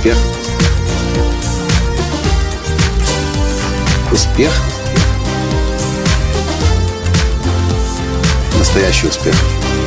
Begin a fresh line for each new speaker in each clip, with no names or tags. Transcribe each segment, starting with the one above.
Успех. Успех. Настоящий успех.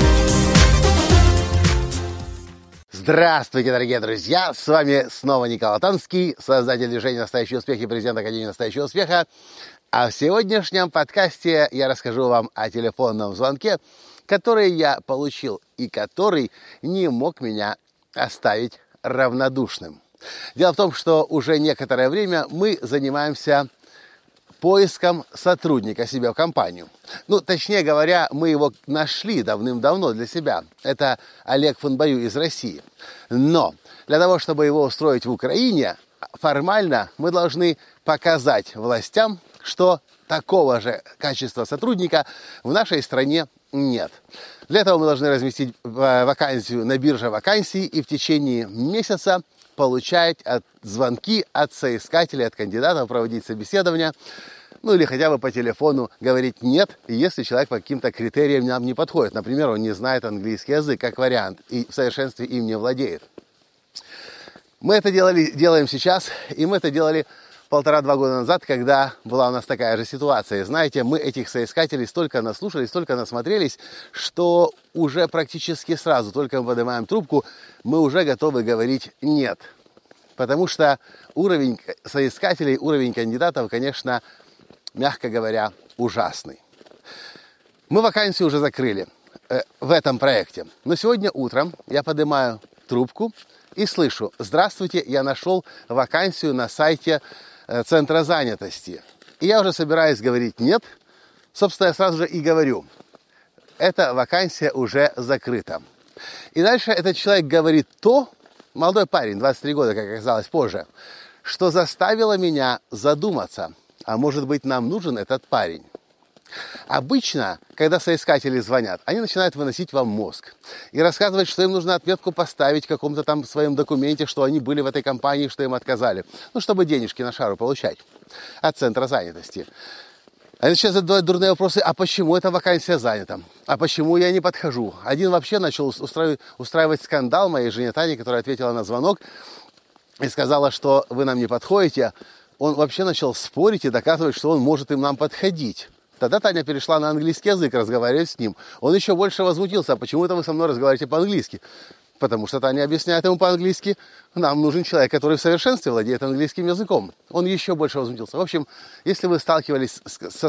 Здравствуйте, дорогие друзья! С вами снова Николай Танский, создатель движения «Настоящий успех» и президент Академии «Настоящего успеха». А в сегодняшнем подкасте я расскажу вам о телефонном звонке, который я получил и который не мог меня оставить равнодушным. Дело в том, что уже некоторое время мы занимаемся поиском сотрудника себе в компанию. Точнее говоря, мы его нашли давным-давно для себя. Это Олег Фунбаю из России. Но для того, чтобы его устроить в Украине, формально мы должны показать властям, что такого же качества сотрудника в нашей стране нет. Для этого мы должны разместить вакансию на бирже вакансий и в течение месяца получать звонки от соискателей, от кандидатов, проводить собеседования, или хотя бы по телефону говорить «нет», если человек по каким-то критериям нам не подходит. Например, он не знает английский язык, как вариант, и в совершенстве им не владеет. Мы это делаем сейчас, и мы это делали 1,5-2 года назад, когда была у нас такая же ситуация. Знаете, мы этих соискателей столько наслушались, столько насмотрелись, что уже практически сразу, только мы поднимаем трубку, мы уже готовы говорить «нет». Потому что уровень соискателей, уровень кандидатов, конечно, мягко говоря, ужасный. Мы вакансию уже закрыли в этом проекте. Но сегодня утром я поднимаю трубку и слышу: «Здравствуйте, я нашел вакансию на сайте Центра занятости». И я уже собираюсь говорить «нет». Собственно, я сразу же и говорю: эта вакансия уже закрыта. И дальше этот человек говорит то, молодой парень, 23 года, как оказалось позже, что заставило меня задуматься, а может быть, нам нужен этот парень. Обычно, когда соискатели звонят, они начинают выносить вам мозг и рассказывать, что им нужно отметку поставить в каком-то там своем документе, что они были в этой компании, что им отказали, чтобы денежки на шару получать от Центра занятости. Они начинают задавать дурные вопросы: а почему эта вакансия занята? А почему я не подхожу? Один вообще начал устраивать скандал моей жене Тане, которая ответила на звонок и сказала, что вы нам не подходите. Он вообще начал спорить и доказывать, что он может им нам подходить. Тогда Таня перешла на английский язык разговаривать с ним. Он еще больше возмутился: а почему это вы со мной разговариваете по-английски? Потому что Таня объясняет ему по-английски: нам нужен человек, который в совершенстве владеет английским языком. Он еще больше возмутился. В общем, если вы сталкивались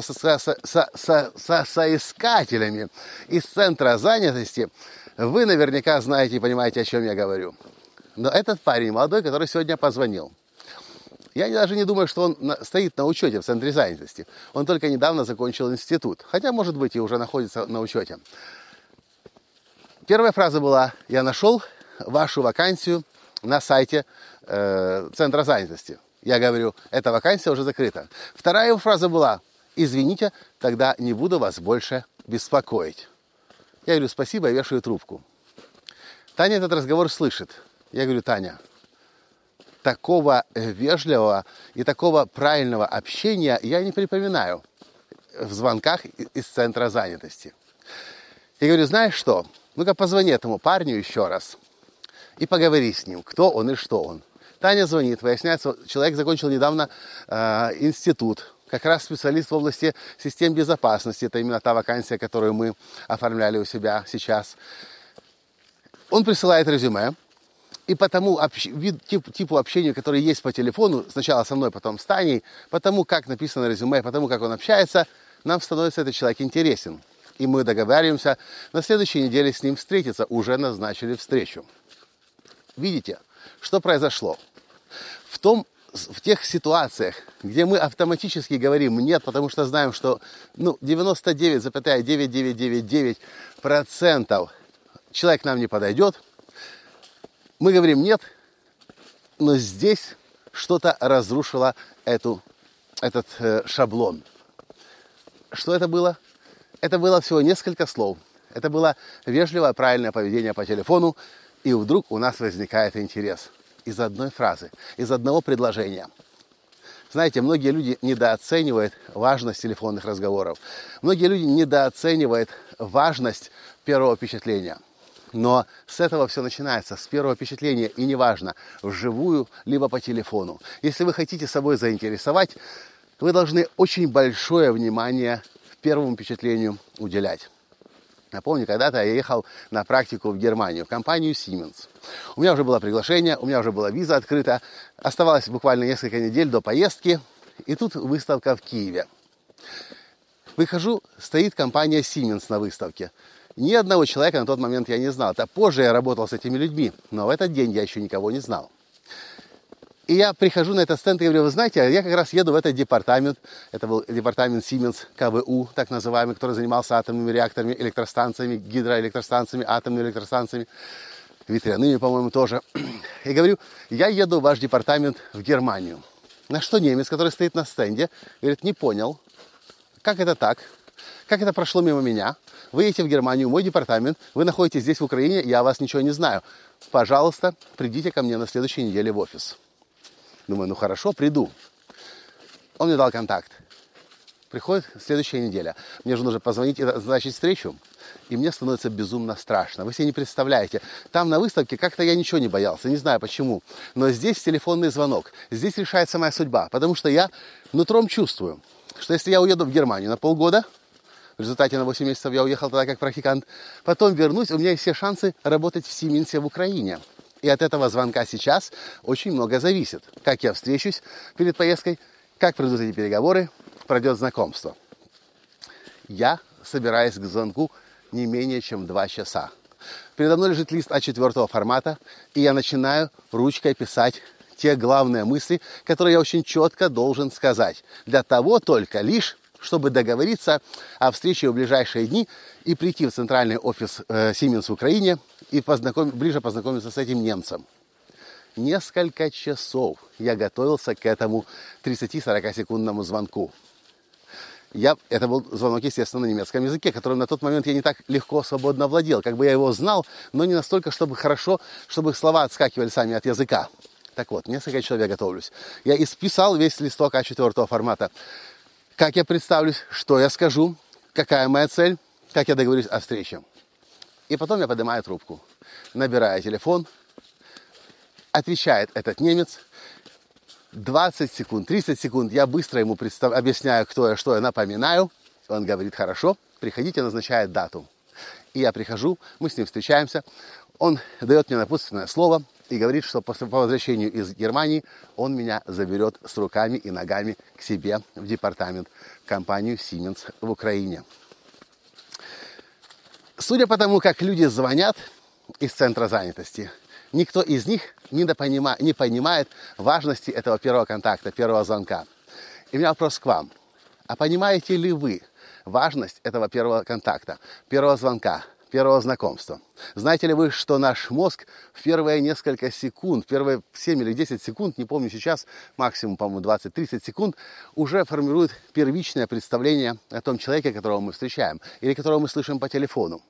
со соискателями из Центра занятости, вы наверняка знаете и понимаете, о чем я говорю. Но этот парень молодой, который сегодня позвонил, я даже не думаю, что он стоит на учете в Центре занятости. Он только недавно закончил институт. Хотя, может быть, и уже находится на учете. Первая фраза была: я нашел вашу вакансию на сайте Центра занятости. Я говорю: эта вакансия уже закрыта. Вторая его фраза была: извините, тогда не буду вас больше беспокоить. Я говорю: спасибо, и вешаю трубку. Таня этот разговор слышит. Я говорю: Таня, такого вежливого и такого правильного общения я не припоминаю в звонках из Центра занятости. Я говорю: знаешь что, ну-ка позвони этому парню еще раз и поговори с ним, кто он и что он. Таня звонит, выясняется, человек закончил недавно институт, как раз специалист в области систем безопасности. Это именно та вакансия, которую мы оформляли у себя сейчас. Он присылает резюме. И по тому типу общения, который есть по телефону, сначала со мной, потом с Таней, по тому, как написано резюме, по тому, как он общается, нам становится этот человек интересен. И мы договариваемся на следующей неделе с ним встретиться. Уже назначили встречу. Видите, что произошло? В тех ситуациях, где мы автоматически говорим «нет», потому что знаем, что 99,9999% человек нам не подойдет, мы говорим «нет», но здесь что-то разрушило этот шаблон. Что это было? Это было всего несколько слов. Это было вежливое, правильное поведение по телефону, и вдруг у нас возникает интерес. Из одной фразы, из одного предложения. Знаете, многие люди недооценивают важность телефонных разговоров. Многие люди недооценивают важность первого впечатления. Но с этого все начинается, с первого впечатления, и неважно, вживую, либо по телефону. Если вы хотите собой заинтересовать, вы должны очень большое внимание первому впечатлению уделять. Напомню, когда-то я ехал на практику в Германию, в компанию Siemens. У меня уже было приглашение, у меня уже была виза открыта. Оставалось буквально несколько недель до поездки, и тут выставка в Киеве. Выхожу, стоит компания Siemens на выставке. Ни одного человека на тот момент я не знал. Это позже я работал с этими людьми, но в этот день я еще никого не знал. И я прихожу на этот стенд и говорю: вы знаете, я как раз еду в этот департамент. Это был департамент Siemens КВУ, так называемый, который занимался атомными реакторами, электростанциями, гидроэлектростанциями, атомными электростанциями, ветряными, по-моему, тоже. И говорю: я еду в ваш департамент в Германию. На что немец, который стоит на стенде, говорит: не понял, как это так? Как это прошло мимо меня? Вы едете в Германию, мой департамент, вы находитесь здесь, в Украине, я о вас ничего не знаю. Пожалуйста, придите ко мне на следующей неделе в офис. Думаю, ну хорошо, приду. Он мне дал контакт. Приходит следующая недела. Мне же нужно позвонить и назначить встречу. И мне становится безумно страшно. Вы себе не представляете. Там на выставке как-то я ничего не боялся. Не знаю почему. Но здесь телефонный звонок. Здесь решается моя судьба. Потому что я нутром чувствую, что если я уеду в Германию на полгода, в результате на 8 месяцев я уехал тогда как практикант, потом вернусь, у меня есть все шансы работать в Сименсе в Украине. И от этого звонка сейчас очень много зависит. Как я встречусь перед поездкой, как пройдут эти переговоры, пройдет знакомство. Я собираюсь к звонку не менее чем 2 часа. Передо мной лежит лист А4 формата, и я начинаю ручкой писать те главные мысли, которые я очень четко должен сказать. Для того только лишь, чтобы договориться о встрече в ближайшие дни и прийти в центральный офис Siemens в Украине и ближе познакомиться с этим немцем. Несколько часов я готовился к этому 30-40-секундному звонку. Это был звонок, естественно, на немецком языке, которым на тот момент я не так легко, свободно владел. Как бы я его знал, но не настолько, чтобы хорошо, чтобы слова отскакивали сами от языка. Так вот, несколько часов я готовлюсь. Я исписал весь листок А4 формата. Как я представлюсь, что я скажу, какая моя цель, как я договорюсь о встрече. И потом я поднимаю трубку, набираю телефон, отвечает этот немец. 20 секунд, 30 секунд я быстро ему объясняю, кто я, что я, напоминаю. Он говорит: хорошо, приходите, назначает дату. И я прихожу, мы с ним встречаемся. Он дает мне напутственное слово и говорит, что по возвращению из Германии он меня заберет с руками и ногами к себе в департамент, в компанию Siemens в Украине. Судя по тому, как люди звонят из центра занятости, никто из них не понимает важности этого первого контакта, первого звонка. И у меня вопрос к вам. А понимаете ли вы важность этого первого контакта, первого звонка, первого знакомства? Знаете ли вы, что наш мозг в первые несколько секунд, первые 7 или 10 секунд, не помню сейчас, максимум, по-моему, 20-30 секунд, уже формирует первичное представление о том человеке, которого мы встречаем, или которого мы слышим по телефону?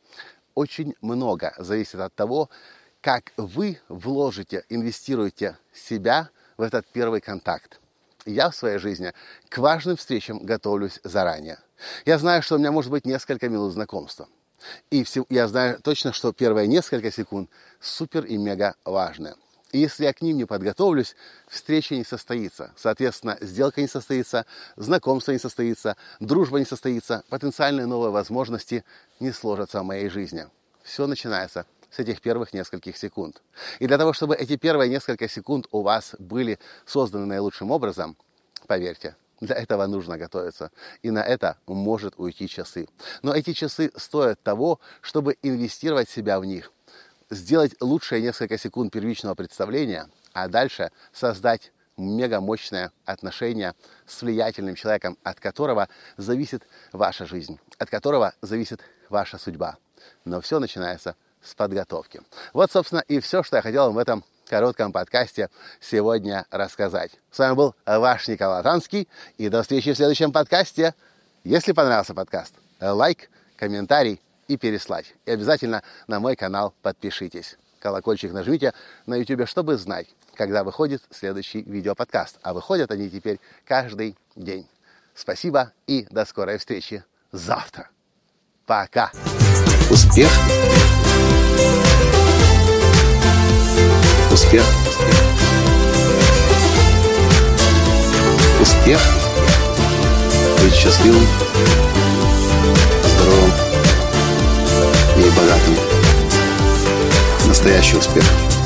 Очень много зависит от того, как вы вложите, инвестируете себя в этот первый контакт. Я в своей жизни к важным встречам готовлюсь заранее. Я знаю, что у меня может быть несколько минут знакомства. И я знаю точно, что первые несколько секунд супер и мега важны. И если я к ним не подготовлюсь, встреча не состоится. Соответственно, сделка не состоится, знакомство не состоится, дружба не состоится, потенциальные новые возможности не сложатся в моей жизни. Все начинается с этих первых нескольких секунд. И для того, чтобы эти первые несколько секунд у вас были созданы наилучшим образом, поверьте, для этого нужно готовиться. И на это может уйти часы. Но эти часы стоят того, чтобы инвестировать себя в них, сделать лучшие несколько секунд первичного представления, а дальше создать мегамощное отношение с влиятельным человеком, от которого зависит ваша жизнь, от которого зависит ваша судьба. Но все начинается с подготовки. Вот, собственно, и все, что я хотел вам в этом коротком подкасте сегодня рассказать. С вами был ваш Николай Танский, и до встречи в следующем подкасте. Если понравился подкаст, лайк, комментарий и переслать. И обязательно на мой канал подпишитесь. Колокольчик нажмите на YouTube, чтобы знать, когда выходит следующий видеоподкаст. А выходят они теперь каждый день. Спасибо и до скорой встречи завтра. Пока.
Успех. Успех. Успех. Быть счастливым, здоровым и богатым. Настоящий успех.